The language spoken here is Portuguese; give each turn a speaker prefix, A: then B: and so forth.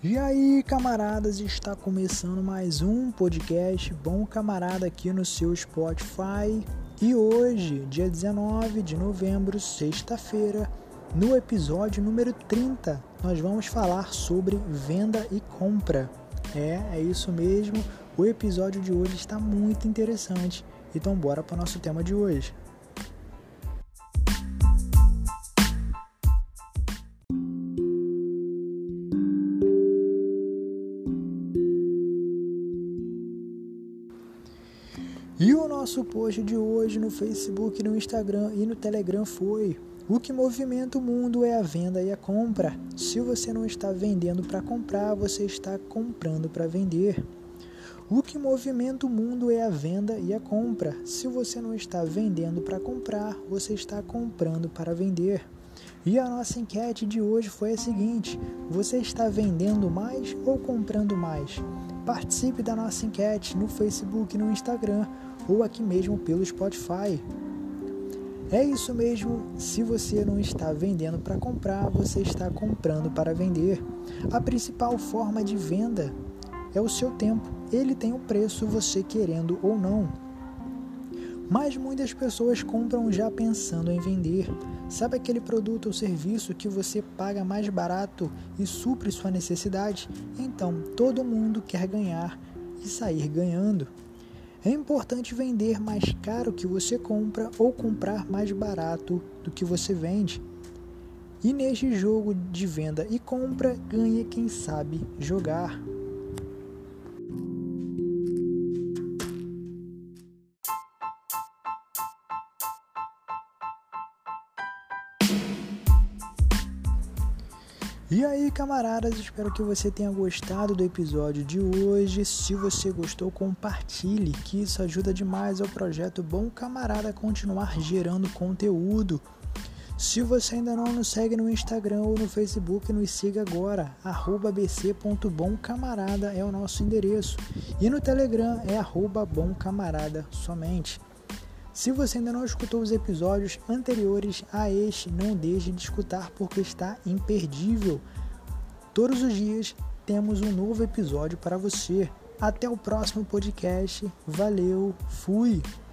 A: E aí, camaradas, está começando mais um podcast Bom Camarada aqui no seu Spotify. E hoje, dia 19 de novembro, sexta-feira, no episódio número 30, nós vamos falar sobre venda e compra. É isso mesmo, o episódio de hoje está muito interessante. Então bora para o nosso tema de hoje. E o nosso post de hoje no Facebook, no Instagram e no Telegram foi: o que movimenta o mundo é a venda e a compra. Se você não está vendendo para comprar, você está comprando para vender. O que movimenta o mundo é a venda e a compra. Se você não está vendendo para comprar, você está comprando para vender. E a nossa enquete de hoje foi a seguinte: você está vendendo mais ou comprando mais? Participe da nossa enquete no Facebook, no Instagram ou aqui mesmo pelo Spotify. É isso mesmo, se você não está vendendo para comprar, você está comprando para vender. A principal forma de venda é o seu tempo. Ele tem um preço, você querendo ou não. Mas muitas pessoas compram já pensando em vender. Sabe aquele produto ou serviço que você paga mais barato e supre sua necessidade? Então, todo mundo quer ganhar e sair ganhando. É importante vender mais caro que você compra ou comprar mais barato do que você vende. E neste jogo de venda e compra, ganha quem sabe jogar. E aí, camaradas, espero que você tenha gostado do episódio de hoje. Se você gostou, compartilhe, que isso ajuda demais ao projeto Bom Camarada a continuar gerando conteúdo. Se você ainda não nos segue no Instagram ou no Facebook, nos siga agora. @bc.bomcamarada é o nosso endereço. E no Telegram é @bomcamarada somente. Se você ainda não escutou os episódios anteriores a este, não deixe de escutar porque está imperdível. Todos os dias temos um novo episódio para você. Até o próximo podcast. Valeu, fui!